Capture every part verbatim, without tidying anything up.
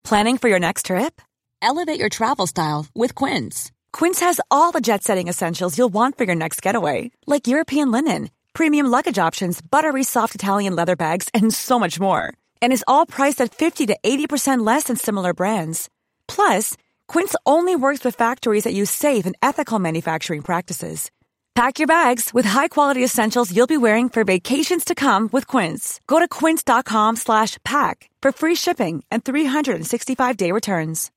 Planning for your next trip? Elevate your travel style with Quince. Quince has all the jet-setting essentials you'll want for your next getaway, like European linen, premium luggage options, buttery soft Italian leather bags, and so much more. And is all priced at fifty to eighty percent less than similar brands. Plus, Quince only works with factories that use safe and ethical manufacturing practices. Pack your bags with high-quality essentials you'll be wearing for vacations to come with Quince. Go to quince.com slash pack for free shipping and three sixty-five day returns.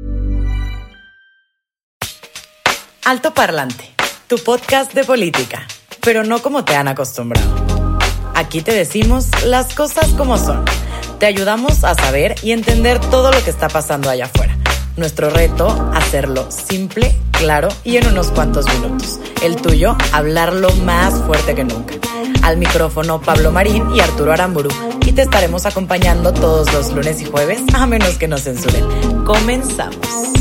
Alto Parlante, tu podcast de política, pero no como te han acostumbrado. Aquí te decimos las cosas como son. Te ayudamos a saber y entender todo lo que está pasando allá afuera. Nuestro reto, hacerlo simple, claro y en unos cuantos minutos. El tuyo, hablarlo más fuerte que nunca. Al micrófono, Pablo Marín y Arturo Aramburu. Y te estaremos acompañando todos los lunes y jueves, a menos que nos censuren. Comenzamos.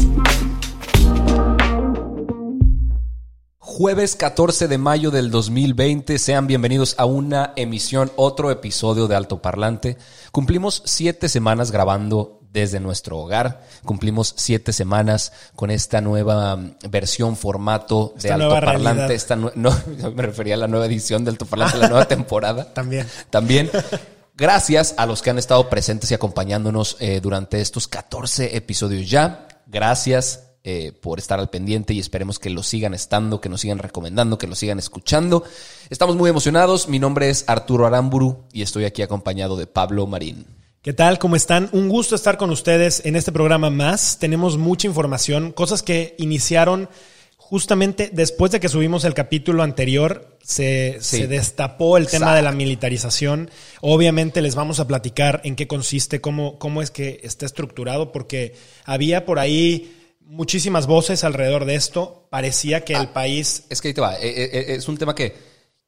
Jueves catorce de mayo del dos mil veinte, sean bienvenidos a una emisión, otro episodio de Alto Parlante. Cumplimos siete semanas grabando desde nuestro hogar, cumplimos siete semanas con esta nueva versión, formato de esta Alto Parlante. Esta nu- no, me refería a la nueva edición de Alto Parlante, la nueva temporada. También. También. Gracias a los que han estado presentes y acompañándonos eh, durante estos catorce episodios ya. Gracias. Eh, por estar al pendiente y esperemos que lo sigan estando, que nos sigan recomendando, que lo sigan escuchando. Estamos muy emocionados. Mi nombre es Arturo Aramburu y estoy aquí acompañado de Pablo Marín. ¿Qué tal? ¿Cómo están? Un gusto estar con ustedes en este programa más. Tenemos mucha información, cosas que iniciaron justamente después de que subimos el capítulo anterior. Se, sí. se destapó el tema Exacto. de la militarización. Obviamente les vamos a platicar en qué consiste, cómo, cómo es que está estructurado, porque había por ahí muchísimas voces alrededor de esto. Parecía que ah, el país... Es que ahí te va. Es un tema que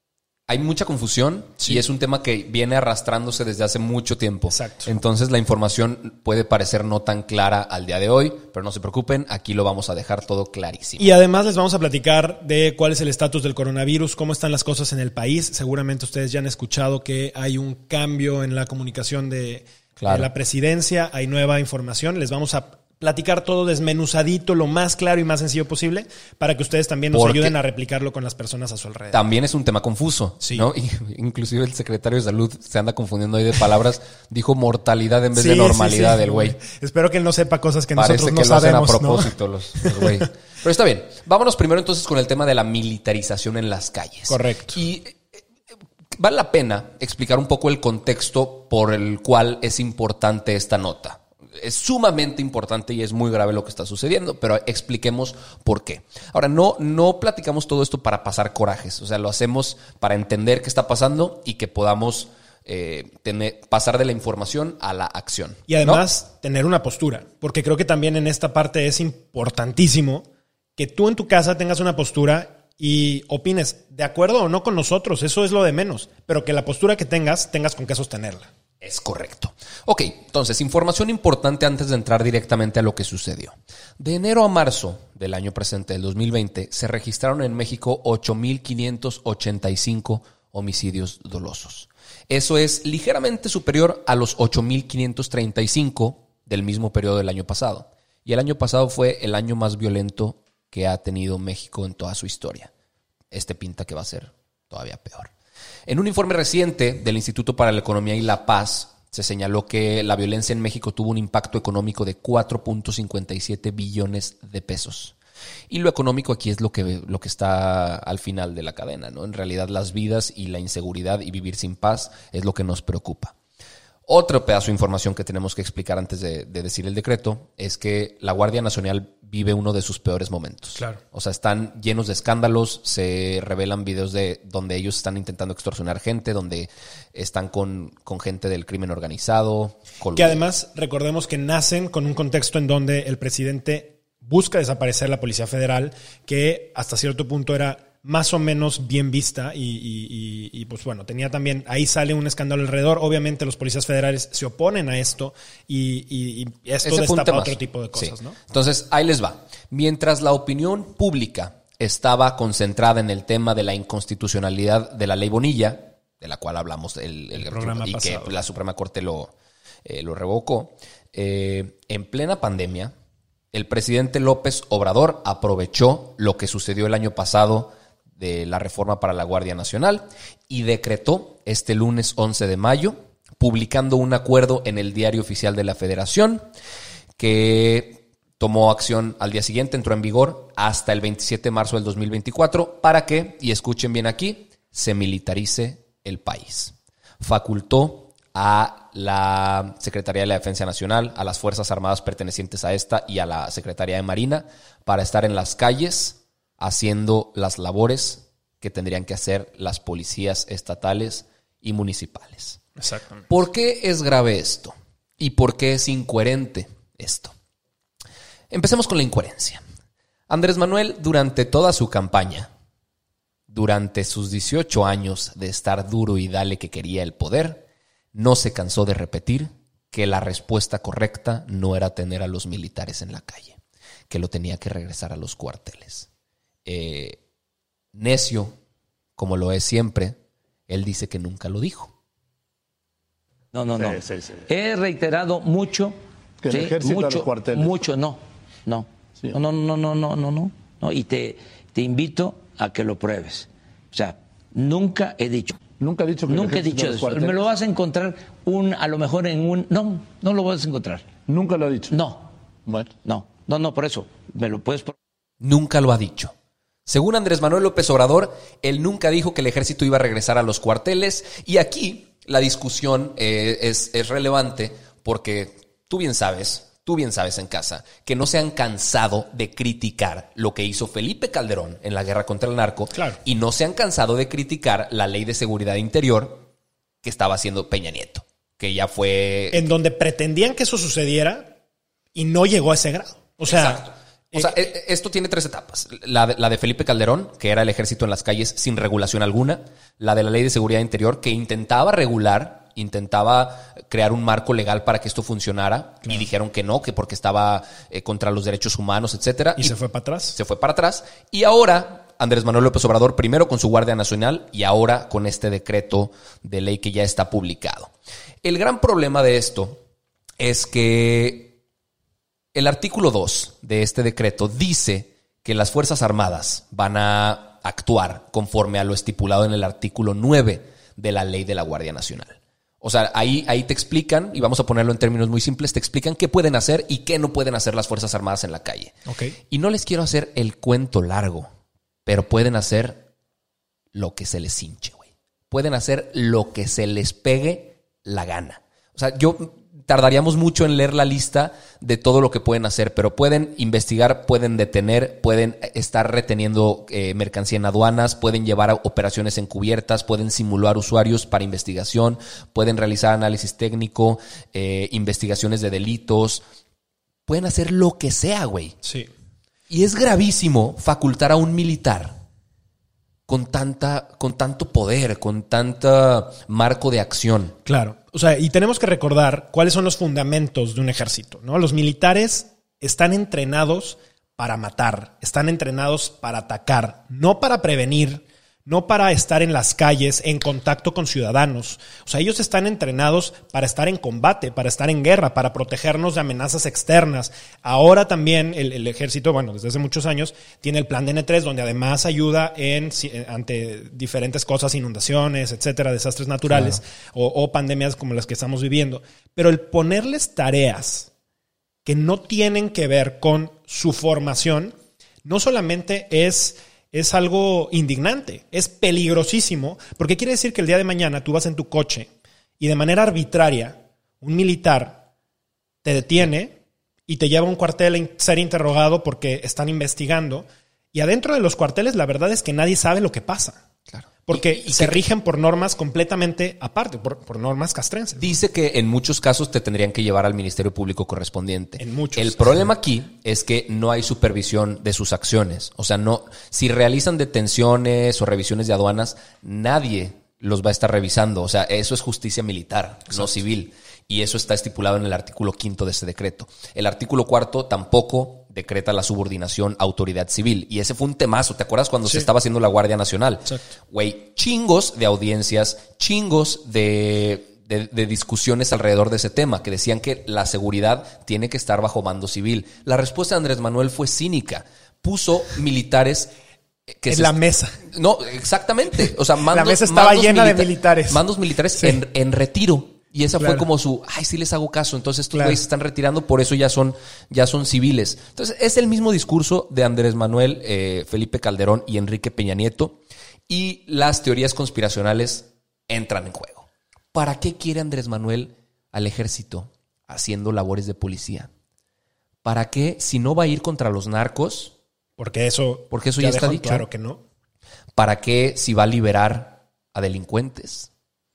hay mucha confusión, sí, y es un tema que viene arrastrándose desde hace mucho tiempo. Exacto. Entonces la información puede parecer no tan clara al día de hoy, pero no se preocupen, aquí lo vamos a dejar todo clarísimo. Y además les vamos a platicar de cuál es el estatus del coronavirus, cómo están las cosas en el país. Seguramente ustedes ya han escuchado que hay un cambio en la comunicación de, claro. de la presidencia, hay nueva información. Les vamos a platicar todo desmenuzadito, lo más claro y más sencillo posible, para que ustedes también nos Porque ayuden a replicarlo con las personas a su alrededor. También es un tema confuso, sí. ¿no? Y, inclusive el secretario de Salud se anda confundiendo ahí de palabras. Dijo mortalidad en vez sí, de normalidad sí, sí. del güey. Espero que él no sepa cosas que Parece nosotros no que lo sabemos, hacen a propósito ¿no? los, los güey. Pero está bien. Vámonos primero entonces con el tema de la militarización en las calles. Correcto. Y vale la pena explicar un poco el contexto por el cual es importante esta nota. Es sumamente importante y es muy grave lo que está sucediendo, pero expliquemos por qué. Ahora, no, no platicamos todo esto para pasar corajes, o sea, lo hacemos para entender qué está pasando y que podamos eh, tener, pasar de la información a la acción. Y además, ¿no? tener una postura, porque creo que también en esta parte es importantísimo que tú en tu casa tengas una postura y opines de acuerdo o no con nosotros, eso es lo de menos, pero que la postura que tengas, tengas con qué sostenerla. Es correcto. Ok, entonces, información importante antes de entrar directamente a lo que sucedió. De enero a marzo del año presente, del dos mil veinte, se registraron en México ocho mil quinientos ochenta y cinco homicidios dolosos. Eso es ligeramente superior a los ocho mil quinientos treinta y cinco del mismo periodo del año pasado. Y el año pasado fue el año más violento que ha tenido México en toda su historia. Este pinta que va a ser todavía peor. En un informe reciente del Instituto para la Economía y la Paz, se señaló que la violencia en México tuvo un impacto económico de cuatro punto cincuenta y siete billones de pesos. Y lo económico aquí es lo que, lo que está al final de la cadena, ¿no? En realidad las vidas y la inseguridad y vivir sin paz es lo que nos preocupa. Otro pedazo de información que tenemos que explicar antes de, de decir el decreto es que la Guardia Nacional vive uno de sus peores momentos. Claro. O sea, están llenos de escándalos, se revelan videos de donde ellos están intentando extorsionar gente, donde están con, con gente del crimen organizado. Con... Que además, recordemos que nacen con un contexto en donde el presidente busca desaparecer la Policía Federal, que hasta cierto punto era más o menos bien vista y, y, y, y pues bueno, tenía también, ahí sale un escándalo alrededor. Obviamente los policías federales se oponen a esto y, y, y esto Ese destapa más. otro tipo de cosas, sí. ¿no? Entonces, ahí les va. Mientras la opinión pública estaba concentrada en el tema de la inconstitucionalidad de la ley Bonilla, de la cual hablamos el, el, el programa y pasado, que la Suprema Corte lo, eh, lo revocó, eh, en plena pandemia, el presidente López Obrador aprovechó lo que sucedió el año pasado de la reforma para la Guardia Nacional y decretó este lunes once de mayo, publicando un acuerdo en el Diario Oficial de la Federación que tomó acción al día siguiente, entró en vigor hasta el veintisiete de marzo del dos mil veinticuatro para que, y escuchen bien aquí, se militarice el país. Facultó a la Secretaría de la Defensa Nacional, a las Fuerzas Armadas pertenecientes a esta y a la Secretaría de Marina para estar en las calles haciendo las labores que tendrían que hacer las policías estatales y municipales. Exactamente. ¿Por qué es grave esto? ¿Y por qué es incoherente esto? Empecemos con la incoherencia. Andrés Manuel, durante toda su campaña, durante sus dieciocho años de estar duro y dale que quería el poder, no se cansó de repetir que la respuesta correcta no era tener a los militares en la calle, que lo tenía que regresar a los cuarteles. Eh, necio, como lo es siempre, él dice que nunca lo dijo. No, no, no. Sí, sí, sí. He reiterado mucho. Que el ¿sí? ejército mucho, a los cuarteles. Mucho, no. No. Sí. No, no, no, no, no, no, no. no. Y te, te invito a que lo pruebes. O sea, nunca he dicho. Nunca he dicho que Nunca he dicho eso. Me lo vas a encontrar un, a lo mejor en un. No, no lo vas a encontrar. Nunca lo ha dicho. No. Bueno. No, no, no, por eso. Me lo puedes. Nunca lo ha dicho. Según Andrés Manuel López Obrador, él nunca dijo que el ejército iba a regresar a los cuarteles. Y aquí la discusión eh, es, es relevante porque tú bien sabes, tú bien sabes en casa, que no se han cansado de criticar lo que hizo Felipe Calderón en la guerra contra el narco. Claro. Y no se han cansado de criticar la ley de seguridad interior que estaba haciendo Peña Nieto, que ya fue... En donde pretendían que eso sucediera y no llegó a ese grado. O sea... Exacto. O sea, eh, esto tiene tres etapas. La de, la de Felipe Calderón, que era el ejército en las calles sin regulación alguna. La de la ley de seguridad interior, que intentaba regular, intentaba crear un marco legal para que esto funcionara. Claro. Y dijeron que no, que porque estaba eh, contra los derechos humanos, etcétera. Y, y se fue para atrás. Se fue para atrás. Y ahora Andrés Manuel López Obrador, primero con su Guardia Nacional y ahora con este decreto de ley que ya está publicado. El gran problema de esto es que el artículo dos de este decreto dice que las Fuerzas Armadas van a actuar conforme a lo estipulado en el artículo nueve de la ley de la Guardia Nacional. O sea, ahí, ahí te explican, y vamos a ponerlo en términos muy simples, te explican qué pueden hacer y qué no pueden hacer las Fuerzas Armadas en la calle. Okay. Y no les quiero hacer el cuento largo, pero pueden hacer lo que se les hinche, güey. Pueden hacer lo que se les pegue la gana. O sea, yo... tardaríamos mucho en leer la lista de todo lo que pueden hacer, pero pueden investigar, pueden detener, pueden estar reteniendo eh, mercancía en aduanas, pueden llevar a operaciones encubiertas, pueden simular usuarios para investigación, pueden realizar análisis técnico, eh, investigaciones de delitos, pueden hacer lo que sea, güey. Sí. Y es gravísimo facultar a un militar con tanta, con tanto poder, con tanto marco de acción. Claro. O sea, y tenemos que recordar cuáles son los fundamentos de un ejército, ¿no? Los militares están entrenados para matar, están entrenados para atacar, no para prevenir, no para estar en las calles en contacto con ciudadanos. O sea, ellos están entrenados para estar en combate, para estar en guerra, para protegernos de amenazas externas. Ahora también el, el ejército, bueno, desde hace muchos años, tiene el plan de N tres, donde además ayuda en ante diferentes cosas, inundaciones, etcétera, desastres naturales, claro, o, o pandemias como las que estamos viviendo. Pero el ponerles tareas que no tienen que ver con su formación, no solamente es... es algo indignante, es peligrosísimo, porque quiere decir que el día de mañana tú vas en tu coche y de manera arbitraria un militar te detiene y te lleva a un cuartel a ser interrogado porque están investigando, y adentro de los cuarteles la verdad es que nadie sabe lo que pasa. Claro. Porque y, y se que, rigen por normas completamente aparte, por, por normas castrenses. Dice que en muchos casos te tendrían que llevar al Ministerio Público correspondiente. En muchos. El problema aquí es que no hay supervisión de sus acciones. O sea, no, si realizan detenciones o revisiones de aduanas, nadie los va a estar revisando. O sea, eso es justicia militar, exacto, no civil. Y eso está estipulado en el artículo quinto de este decreto. El artículo cuarto tampoco decreta la subordinación a autoridad civil. Y ese fue un temazo. ¿Te acuerdas cuando sí. se estaba haciendo la Guardia Nacional? Exacto. Güey, chingos de audiencias, chingos de, de, de discusiones alrededor de ese tema, que decían que la seguridad tiene que estar bajo mando civil. La respuesta de Andrés Manuel fue cínica. Puso militares... Que en se la est- mesa. No, exactamente. O sea, mandos, La mesa estaba mandos llena de milita- militares. Mandos militares Sí. en, en retiro. Y esa Claro. fue como su, ay, sí les hago caso. Entonces estos Claro. güeyes se están retirando, por eso ya son, ya son civiles. Entonces es el mismo discurso de Andrés Manuel, eh, Felipe Calderón y Enrique Peña Nieto. Y las teorías conspiracionales entran en juego. ¿Para qué quiere Andrés Manuel al ejército haciendo labores de policía? ¿Para qué, si no va a ir contra los narcos? Porque eso, Porque eso ya está dejó dicho. claro que no. ¿Para qué si va a liberar a delincuentes?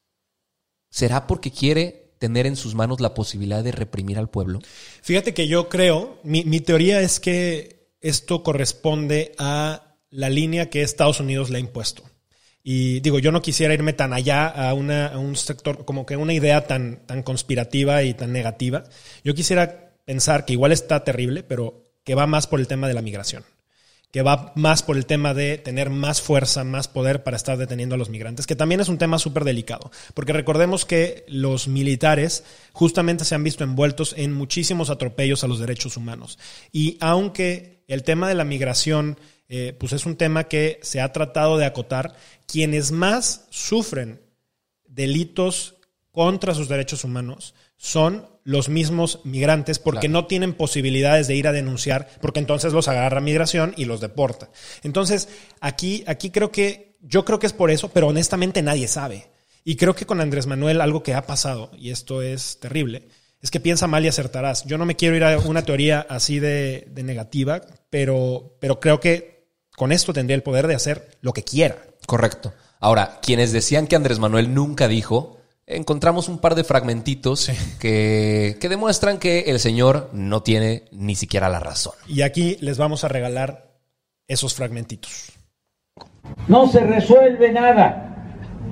¿Será porque quiere tener en sus manos la posibilidad de reprimir al pueblo? Fíjate que yo creo, mi, mi teoría es que esto corresponde a la línea que Estados Unidos le ha impuesto. Y digo, yo no quisiera irme tan allá a, una, a un sector, como que una idea tan, tan conspirativa y tan negativa. Yo quisiera pensar que igual está terrible, pero que va más por el tema de la migración, que va más por el tema de tener más fuerza, más poder para estar deteniendo a los migrantes, que también es un tema súper delicado, porque recordemos que los militares justamente se han visto envueltos en muchísimos atropellos a los derechos humanos. Y aunque el tema de la migración eh, pues es un tema que se ha tratado de acotar, quienes más sufren delitos contra sus derechos humanos son los mismos migrantes, porque Claro. no tienen posibilidades de ir a denunciar, porque entonces los agarra migración y los deporta. Entonces, aquí, aquí creo que, yo creo que es por eso, pero honestamente nadie sabe. Y creo que con Andrés Manuel algo que ha pasado, y esto es terrible, es que piensa mal y acertarás. Yo no me quiero ir a una teoría así de, de negativa, pero, pero creo que con esto tendría el poder de hacer lo que quiera. Correcto. Ahora, quienes decían que Andrés Manuel nunca dijo, encontramos un par de fragmentitos Sí. que, que demuestran que el señor no tiene ni siquiera la razón. Y aquí les vamos a regalar esos fragmentitos. No se resuelve nada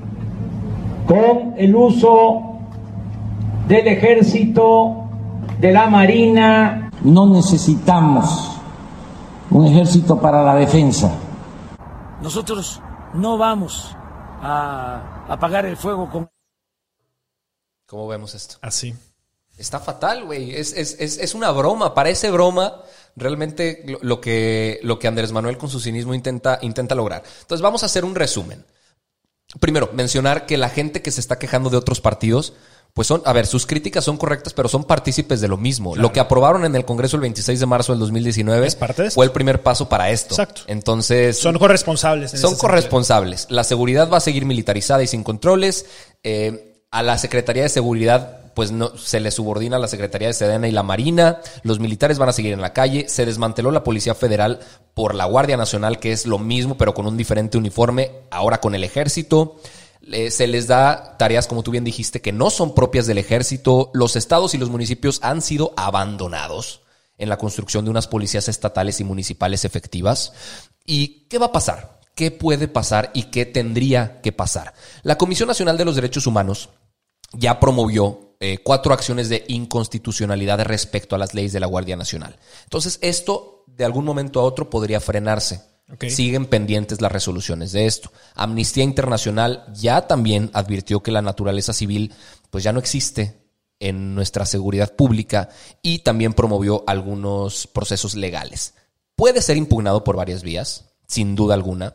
con el uso del ejército, de la marina. No necesitamos un ejército para la defensa. Nosotros no vamos a apagar el fuego con... ¿Cómo vemos esto? Así. Está fatal, güey. Es, es, es, es una broma. Parece broma realmente lo, lo, que, lo que Andrés Manuel con su cinismo intenta, intenta lograr. Entonces vamos a hacer un resumen. Primero, mencionar que la gente que se está quejando de otros partidos, pues son, a ver, sus críticas son correctas, pero son partícipes de lo mismo. Claro. Lo que aprobaron en el Congreso el veintiséis de marzo del dos mil diecinueve Es parte de esto. fue el primer paso para esto. Exacto. Entonces, Son corresponsables. en son ese corresponsables. La seguridad va a seguir militarizada y sin controles. Eh, a la Secretaría de Seguridad, pues no se le subordina a la Secretaría de Sedena y la Marina. Los militares van a seguir en la calle. Se desmanteló la Policía Federal por la Guardia Nacional, que es lo mismo, pero con un diferente uniforme, ahora con el Ejército. Eh, se les da tareas, como tú bien dijiste, que no son propias del Ejército. Los estados y los municipios han sido abandonados en la construcción de unas policías estatales y municipales efectivas. ¿Y qué va a pasar? ¿Qué puede pasar y qué tendría que pasar? La Comisión Nacional de los Derechos Humanos ya promovió eh, cuatro acciones de inconstitucionalidad respecto a las leyes de la Guardia Nacional. Entonces, esto de algún momento a otro podría frenarse. Okay. Siguen pendientes las resoluciones de esto. Amnistía Internacional ya también advirtió que la naturaleza civil pues ya no existe en nuestra seguridad pública y también promovió algunos procesos legales. Puede ser impugnado por varias vías, sin duda alguna,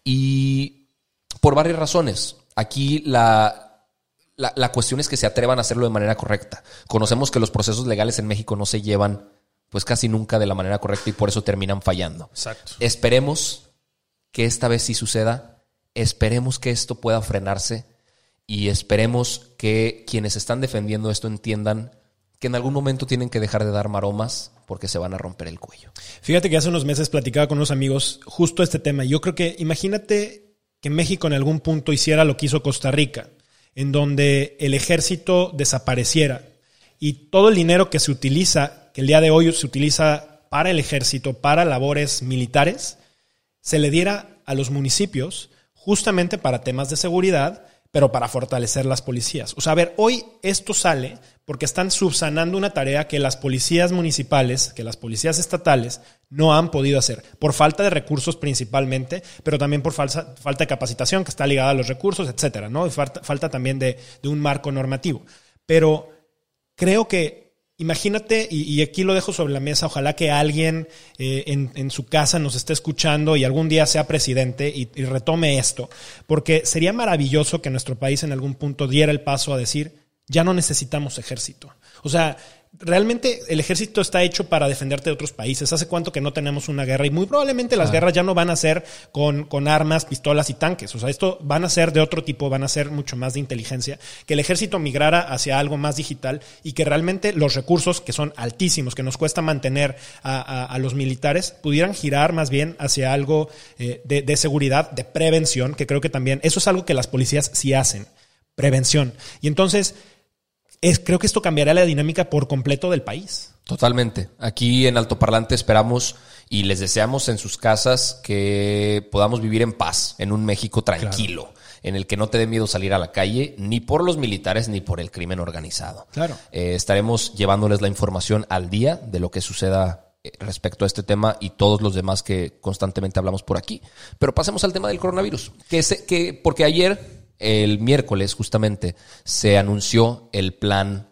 y por varias razones. Aquí la... La, la cuestión es que se atrevan a hacerlo de manera correcta. Conocemos que los procesos legales en México no se llevan pues casi nunca de la manera correcta y por eso terminan fallando. Exacto. Esperemos que esta vez sí suceda. Esperemos que esto pueda frenarse y esperemos que quienes están defendiendo esto entiendan que en algún momento tienen que dejar de dar maromas porque se van a romper el cuello. Fíjate que hace unos meses platicaba con unos amigos justo este tema. Yo creo que imagínate que México en algún punto hiciera lo que hizo Costa Rica, en donde el ejército desapareciera y todo el dinero que se utiliza, que el día de hoy se utiliza para el ejército, para labores militares, se le diera a los municipios justamente para temas de seguridad, pero para fortalecer las policías. O sea, a ver, hoy esto sale porque están subsanando una tarea que las policías municipales, que las policías estatales no han podido hacer, por falta de recursos principalmente, pero también por falsa, falta de capacitación que está ligada a los recursos, etcétera, ¿no? Y falta, falta también de, de un marco normativo. Pero creo que imagínate, y, y aquí lo dejo sobre la mesa, ojalá que alguien eh, en, en su casa nos esté escuchando y algún día sea presidente y, y retome esto, porque sería maravilloso que nuestro país en algún punto diera el paso a decir, ya no necesitamos ejército. O sea, realmente el ejército está hecho para defenderte de otros países. ¿Hace cuánto que no tenemos una guerra? Y muy probablemente las ah. guerras ya no van a ser con, con armas, pistolas y tanques. O sea, esto van a ser de otro tipo, van a ser mucho más de inteligencia. Que el ejército migrara hacia algo más digital y que realmente los recursos, que son altísimos, que nos cuesta mantener a, a, a los militares, pudieran girar más bien hacia algo eh, de, de seguridad, de prevención, que creo que también eso es algo que las policías sí hacen. Prevención. Y entonces Es, creo que esto cambiará la dinámica por completo del país. Totalmente. Aquí en Altoparlante esperamos y les deseamos en sus casas que podamos vivir en paz, en un México tranquilo, claro, en el que no te dé miedo salir a la calle, ni por los militares ni por el crimen organizado. Claro. Eh, estaremos llevándoles la información al día de lo que suceda respecto a este tema y todos los demás que constantemente hablamos por aquí. Pero pasemos al tema del coronavirus, que, se, que porque ayer... El miércoles, justamente, se anunció el plan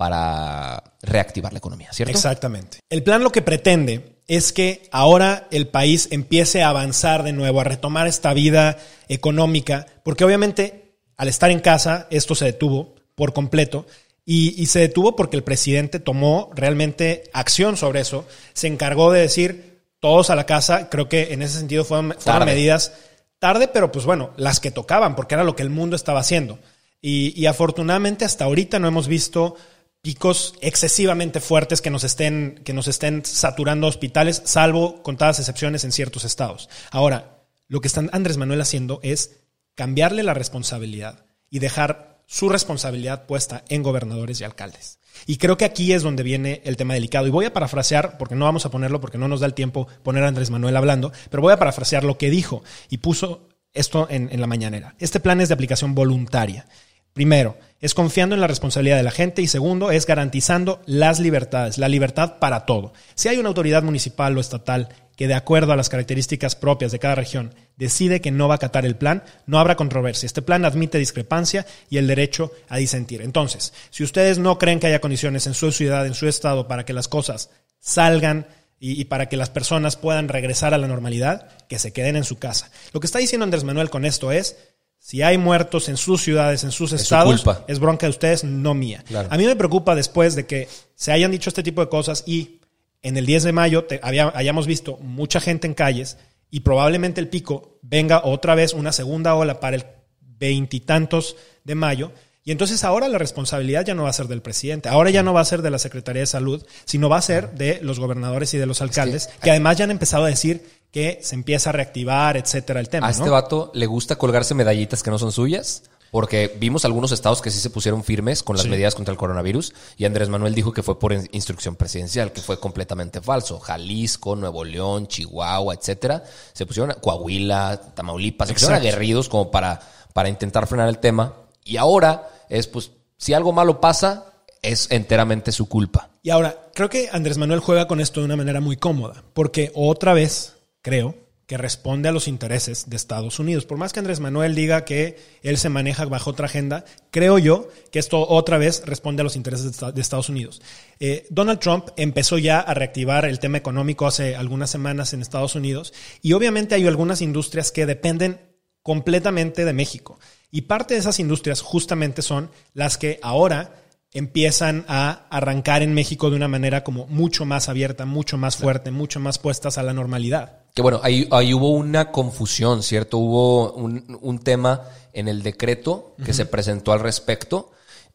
para reactivar la economía, ¿cierto? Exactamente. El plan lo que pretende es que ahora el país empiece a avanzar de nuevo, a retomar esta vida económica, porque obviamente al estar en casa esto se detuvo por completo y, y se detuvo porque el presidente tomó realmente acción sobre eso, se encargó de decir todos a la casa. Creo que en ese sentido fueron, fueron medidas... Tarde, pero pues bueno, las que tocaban, porque era lo que el mundo estaba haciendo. Y, y afortunadamente hasta ahorita no hemos visto picos excesivamente fuertes que nos estén, que nos estén saturando hospitales, salvo contadas excepciones en ciertos estados. Ahora, lo que está Andrés Manuel haciendo es cambiarle la responsabilidad y dejar su responsabilidad puesta en gobernadores y alcaldes. Y creo que aquí es donde viene el tema delicado. Y voy a parafrasear, porque no vamos a ponerlo, porque no nos da el tiempo poner a Andrés Manuel hablando, pero voy a parafrasear lo que dijo y puso esto en, en la mañanera. Este plan es de aplicación voluntaria. Primero, es confiando en la responsabilidad de la gente y segundo, es garantizando las libertades, la libertad para todo. Si hay una autoridad municipal o estatal que de acuerdo a las características propias de cada región decide que no va a acatar el plan, no habrá controversia. Este plan admite discrepancia y el derecho a disentir. Entonces, si ustedes no creen que haya condiciones en su ciudad, en su estado, para que las cosas salgan y, y para que las personas puedan regresar a la normalidad, que se queden en su casa. Lo que está diciendo Andrés Manuel con esto es, si hay muertos en sus ciudades, en sus es estados, es bronca de ustedes, no mía. Claro. A mí me preocupa después de que se hayan dicho este tipo de cosas y en el diez de mayo te, había, hayamos visto mucha gente en calles y probablemente el pico venga otra vez una segunda ola para el veintitantos de mayo. Y entonces ahora la responsabilidad ya no va a ser del presidente, ahora ya no va a ser de la Secretaría de Salud, sino va a ser de los gobernadores y de los alcaldes, es que, que además ya han empezado a decir que se empieza a reactivar, etcétera, el tema. A ¿no? este vato le gusta colgarse medallitas que no son suyas, porque vimos algunos estados que sí se pusieron firmes con las sí. medidas contra el coronavirus, y Andrés Manuel dijo que fue por instrucción presidencial, que fue completamente falso. Jalisco, Nuevo León, Chihuahua, etcétera, se pusieron, Coahuila, Tamaulipas, se pusieron aguerridos como para, para intentar frenar el tema, y ahora es, pues, si algo malo pasa, es enteramente su culpa. Y ahora, creo que Andrés Manuel juega con esto de una manera muy cómoda, porque otra vez creo que responde a los intereses de Estados Unidos. Por más que Andrés Manuel diga que él se maneja bajo otra agenda, creo yo que esto otra vez responde a los intereses de Estados Unidos. Eh, Donald Trump empezó ya a reactivar el tema económico hace algunas semanas en Estados Unidos y obviamente hay algunas industrias que dependen completamente de México. Y parte de esas industrias justamente son las que ahora empiezan a arrancar en México de una manera como mucho más abierta, mucho más fuerte, mucho más puestas a la normalidad. Que bueno, ahí, ahí hubo una confusión, ¿cierto? Hubo un, un tema en el decreto que uh-huh. se presentó al respecto.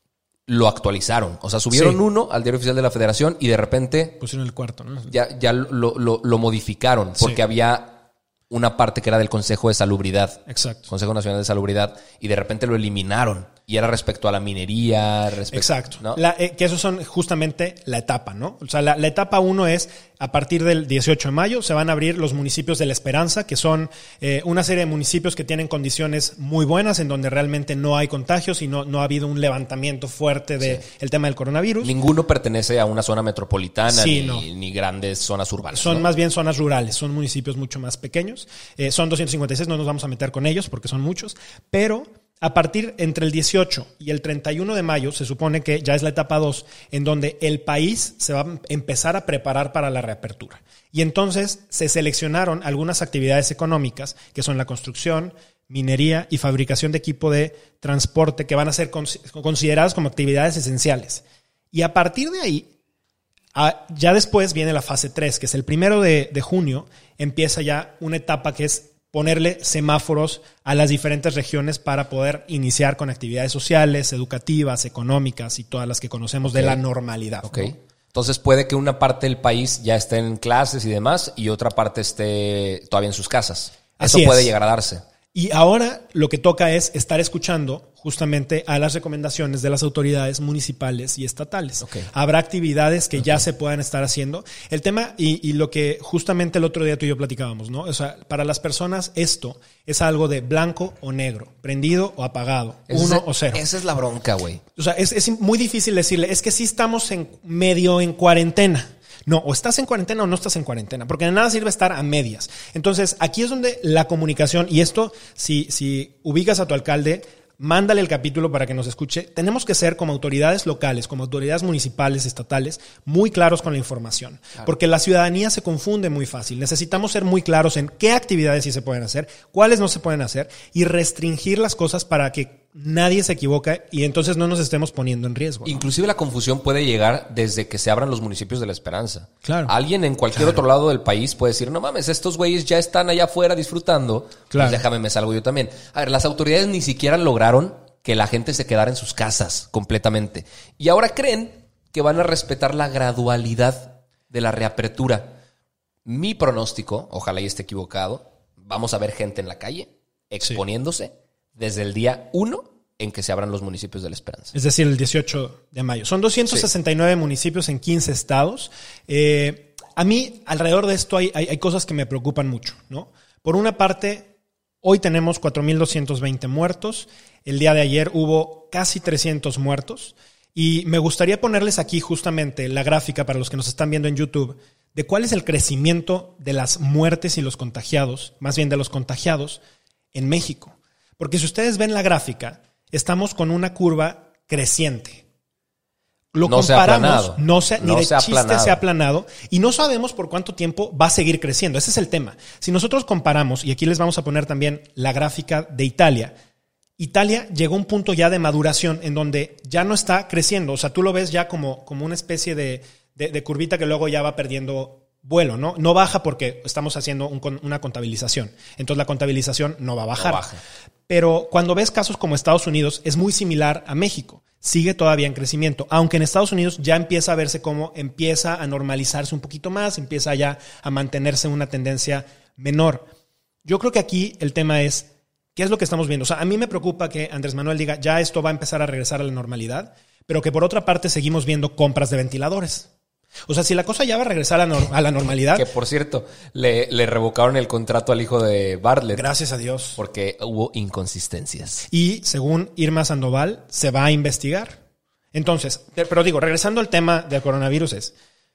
Lo actualizaron. O sea, subieron sí. uno al Diario Oficial de la Federación y de repente... pusieron el cuarto, ¿no? Ya, ya lo, lo, lo modificaron porque sí. había una parte que era del Consejo de Salubridad. Exacto. Consejo Nacional de Salubridad. Y de repente lo eliminaron. Y era respecto a la minería. Respecto, Exacto. ¿no? La, eh, que eso son justamente la etapa, ¿no? O sea, la, la etapa uno es, a partir del dieciocho de mayo, se van a abrir los municipios de La Esperanza, que son eh, una serie de municipios que tienen condiciones muy buenas, en donde realmente no hay contagios y no, no ha habido un levantamiento fuerte del de sí. tema del coronavirus. Ninguno pertenece a una zona metropolitana sí, ni, no. ni grandes zonas urbanas. Son ¿no? más bien zonas rurales, son municipios mucho más pequeños. Eh, son doscientos cincuenta y seis, no nos vamos a meter con ellos porque son muchos, pero a partir entre el dieciocho y el treinta y uno de mayo se supone que ya es la etapa dos, en donde el país se va a empezar a preparar para la reapertura. Y entonces se seleccionaron algunas actividades económicas, que son la construcción, minería y fabricación de equipo de transporte, que van a ser consideradas como actividades esenciales. Y a partir de ahí, ya después viene la fase tres, que es el primero de, de junio, empieza ya una etapa que es ponerle semáforos a las diferentes regiones para poder iniciar con actividades sociales, educativas, económicas y todas las que conocemos okay. de la normalidad. Okay. ¿no? Entonces puede que una parte del país ya esté en clases y demás y otra parte esté todavía en sus casas. Eso Así puede es. llegar a darse. Y ahora lo que toca es estar escuchando justamente a las recomendaciones de las autoridades municipales y estatales. Okay. Habrá actividades que okay. ya se puedan estar haciendo. El tema y, y lo que justamente el otro día tú y yo platicábamos, ¿no? O sea, para las personas esto es algo de blanco o negro, prendido o apagado, Ese uno es, o cero. Esa es la bronca, güey. O sea, es, es muy difícil decirle, es que sí estamos en medio en cuarentena. No, o estás en cuarentena o no estás en cuarentena, porque de nada sirve estar a medias. Entonces, aquí es donde la comunicación, y esto, si, si ubicas a tu alcalde, mándale el capítulo para que nos escuche. Tenemos que ser, como autoridades locales, como autoridades municipales, estatales, muy claros con la información. Claro. Porque la ciudadanía se confunde muy fácil. Necesitamos ser muy claros en qué actividades sí se pueden hacer, cuáles no se pueden hacer, y restringir las cosas para que nadie se equivoque y entonces no nos estemos poniendo en riesgo, ¿no? Inclusive la confusión puede llegar desde que se abran los municipios de La Esperanza. Claro. Alguien en cualquier claro. otro lado del país puede decir, no mames, estos güeyes ya están allá afuera disfrutando, claro. pues déjame me salgo yo también. A ver, las autoridades ni siquiera lograron que la gente se quedara en sus casas completamente. Y ahora creen que van a respetar la gradualidad de la reapertura. Mi pronóstico, ojalá y esté equivocado, vamos a ver gente en la calle exponiéndose sí. desde el día uno en que se abran los municipios de La Esperanza. Es decir, el dieciocho de mayo. Son doscientos sesenta y nueve sí. municipios en quince estados. Eh, a mí, alrededor de esto, hay, hay, hay cosas que me preocupan mucho, ¿no? Por una parte, hoy tenemos cuatro mil doscientos veinte muertos. El día de ayer hubo casi trescientos muertos. Y me gustaría ponerles aquí justamente la gráfica para los que nos están viendo en YouTube de cuál es el crecimiento de las muertes y los contagiados, más bien de los contagiados, en México. Porque si ustedes ven la gráfica, estamos con una curva creciente. Lo no comparamos, se ha aplanado. no se, ni no de se ha chiste aplanado. se ha aplanado y no sabemos por cuánto tiempo va a seguir creciendo. Ese es el tema. Si nosotros comparamos, y aquí les vamos a poner también la gráfica de Italia, Italia llegó a un punto ya de maduración en donde ya no está creciendo. O sea, tú lo ves ya como, como una especie de, de, de curvita que luego ya va perdiendo vuelo, ¿no? No baja porque estamos haciendo un, una contabilización. Entonces la contabilización no va a bajar. No baja. Pero cuando ves casos como Estados Unidos, es muy similar a México. Sigue todavía en crecimiento, aunque en Estados Unidos ya empieza a verse como empieza a normalizarse un poquito más, empieza ya a mantenerse una tendencia menor. Yo creo que aquí el tema es, ¿qué es lo que estamos viendo? O sea, a mí me preocupa que Andrés Manuel diga, ya esto va a empezar a regresar a la normalidad, pero que por otra parte seguimos viendo compras de ventiladores. O sea, si la cosa ya va a regresar a, no, a la normalidad... Que, por cierto, le, le revocaron el contrato al hijo de Bartlett. Gracias a Dios. Porque hubo inconsistencias. Y según Irma Sandoval, se va a investigar. Entonces, pero digo, regresando al tema del coronavirus es,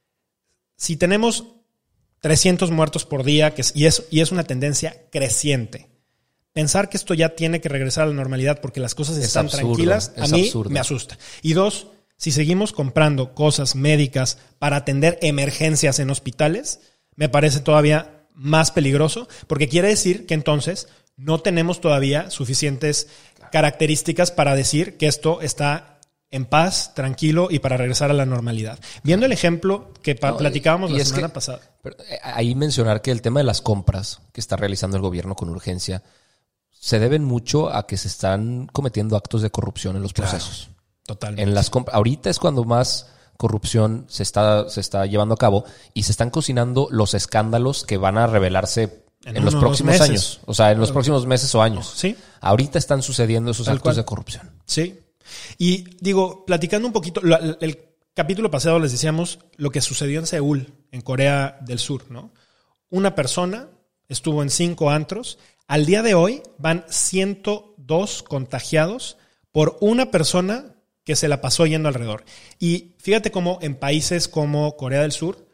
si tenemos trescientos muertos por día que es, y, es, y es una tendencia creciente, pensar que esto ya tiene que regresar a la normalidad porque las cosas es están absurdo, tranquilas, a mí absurdo. me asusta. Y dos, si seguimos comprando cosas médicas para atender emergencias en hospitales, me parece todavía más peligroso, porque quiere decir que entonces no tenemos todavía suficientes características para decir que esto está en paz, tranquilo y para regresar a la normalidad. Viendo el ejemplo que pa- no, platicábamos la semana que, pasada. Pero ahí mencionar que el tema de las compras que está realizando el gobierno con urgencia se deben mucho a que se están cometiendo actos de corrupción en los procesos. Claro. Totalmente. En las comp- ahorita es cuando más corrupción se está, se está llevando a cabo y se están cocinando los escándalos que van a revelarse en, en los próximos meses. años. O sea, en los próximos meses o años. Sí. Ahorita están sucediendo esos Tal actos cual. de corrupción. Sí. Y digo, platicando un poquito, lo, el capítulo pasado les decíamos lo que sucedió en Seúl, en Corea del Sur, ¿no? Una persona estuvo en cinco antros. Al día de hoy van ciento dos contagiados por una persona que se la pasó yendo alrededor. Y fíjate cómo en países como Corea del Sur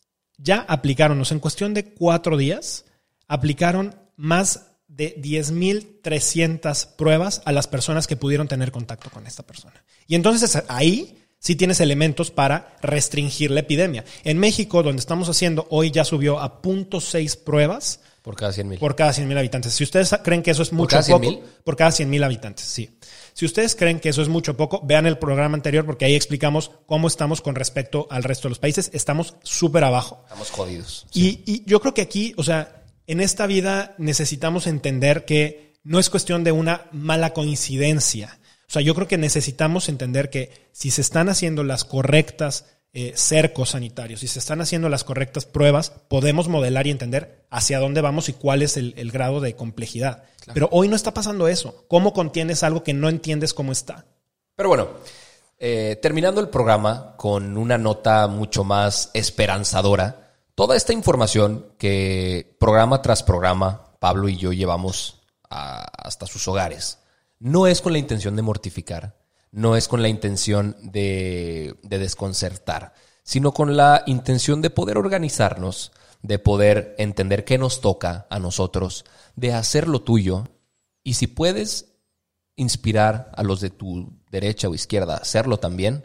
ya aplicaron, o sea, en cuestión de cuatro días, aplicaron más de diez mil trescientas pruebas a las personas que pudieron tener contacto con esta persona. Y entonces ahí sí tienes elementos para restringir la epidemia. En México, donde estamos haciendo, hoy ya subió a punto seis pruebas por cada cien mil. Por cada cien mil habitantes. Si ustedes creen que eso es mucho o poco, ¿cien mil? Por cada cien mil habitantes, sí. Si ustedes creen que eso es mucho o poco, vean el programa anterior porque ahí explicamos cómo estamos con respecto al resto de los países. Estamos súper abajo. Estamos jodidos. Sí. Y, y yo creo que aquí, o sea, en esta vida necesitamos entender que no es cuestión de una mala coincidencia. O sea, yo creo que necesitamos entender que si se están haciendo las correctas eh, cercos sanitarios, si se están haciendo las correctas pruebas, podemos modelar y entender hacia dónde vamos y cuál es el, el grado de complejidad. Claro. Pero hoy no está pasando eso. ¿Cómo contienes algo que no entiendes cómo está? Pero bueno, eh, terminando el programa con una nota mucho más esperanzadora, toda esta información que programa tras programa Pablo y yo llevamos a, hasta sus hogares, no es con la intención de mortificar, no es con la intención de, de desconcertar, sino con la intención de poder organizarnos, de poder entender qué nos toca a nosotros, de hacer lo tuyo y si puedes inspirar a los de tu derecha o izquierda a hacerlo también,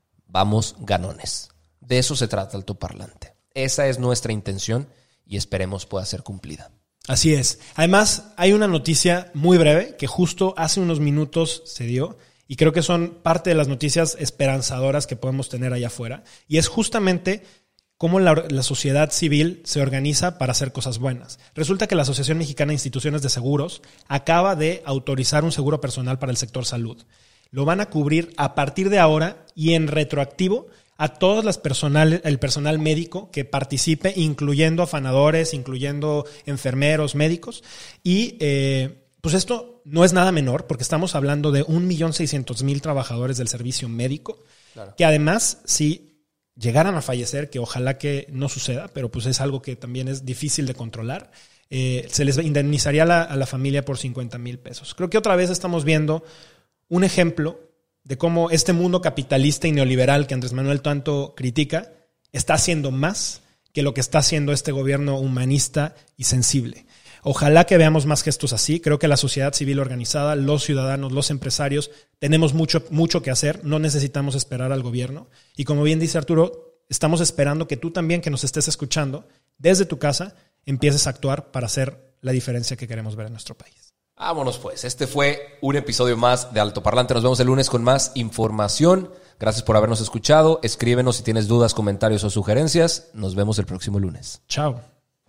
vamos ganones. De eso se trata Altoparlante. Esa es nuestra intención y esperemos pueda ser cumplida. Así es. Además, hay una noticia muy breve que justo hace unos minutos se dio y creo que son parte de las noticias esperanzadoras que podemos tener allá afuera. Y es justamente cómo la, la sociedad civil se organiza para hacer cosas buenas. Resulta que la Asociación Mexicana de Instituciones de Seguros acaba de autorizar un seguro personal para el sector salud. Lo van a cubrir a partir de ahora y en retroactivo a todas las personal, el personal médico que participe, incluyendo afanadores, incluyendo enfermeros, médicos. Y eh, pues esto no es nada menor, porque estamos hablando de un millón seiscientos mil trabajadores del servicio médico, claro, que además, si llegaran a fallecer, que ojalá que no suceda, pero pues es algo que también es difícil de controlar, eh, se les indemnizaría a la, a la familia por cincuenta mil pesos. Creo que otra vez estamos viendo un ejemplo de cómo este mundo capitalista y neoliberal que Andrés Manuel tanto critica está haciendo más que lo que está haciendo este gobierno humanista y sensible. Ojalá que veamos más gestos así. Creo que la sociedad civil organizada, los ciudadanos, los empresarios, tenemos mucho, mucho que hacer. No necesitamos esperar al gobierno. Y como bien dice Arturo, estamos esperando que tú también, que nos estés escuchando, desde tu casa, empieces a actuar para hacer la diferencia que queremos ver en nuestro país. Vámonos pues, este fue un episodio más de Altoparlante. Nos vemos el lunes con más información. Gracias por habernos escuchado. Escríbenos si tienes dudas, comentarios o sugerencias. Nos vemos el próximo lunes. Chao.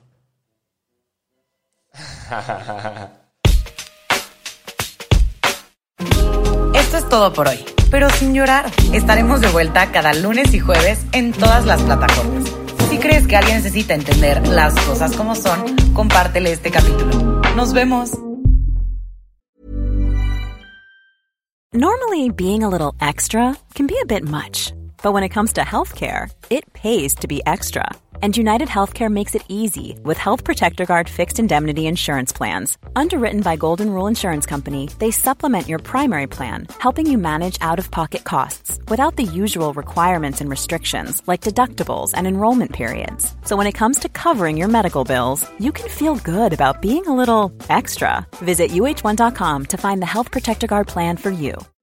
Esto es todo por hoy, pero sin llorar. Estaremos de vuelta cada lunes y jueves en todas las plataformas. Si crees que alguien necesita entender las cosas como son, compártele este capítulo. Nos vemos. Normally, being a little extra can be a bit much, but when it comes to healthcare, it pays to be extra. And United Healthcare makes it easy with Health Protector Guard fixed indemnity insurance plans. Underwritten by Golden Rule Insurance Company, they supplement your primary plan, helping you manage out-of-pocket costs without the usual requirements and restrictions like deductibles and enrollment periods. So when it comes to covering your medical bills, you can feel good about being a little extra. Visit U H one dot com to find the Health Protector Guard plan for you.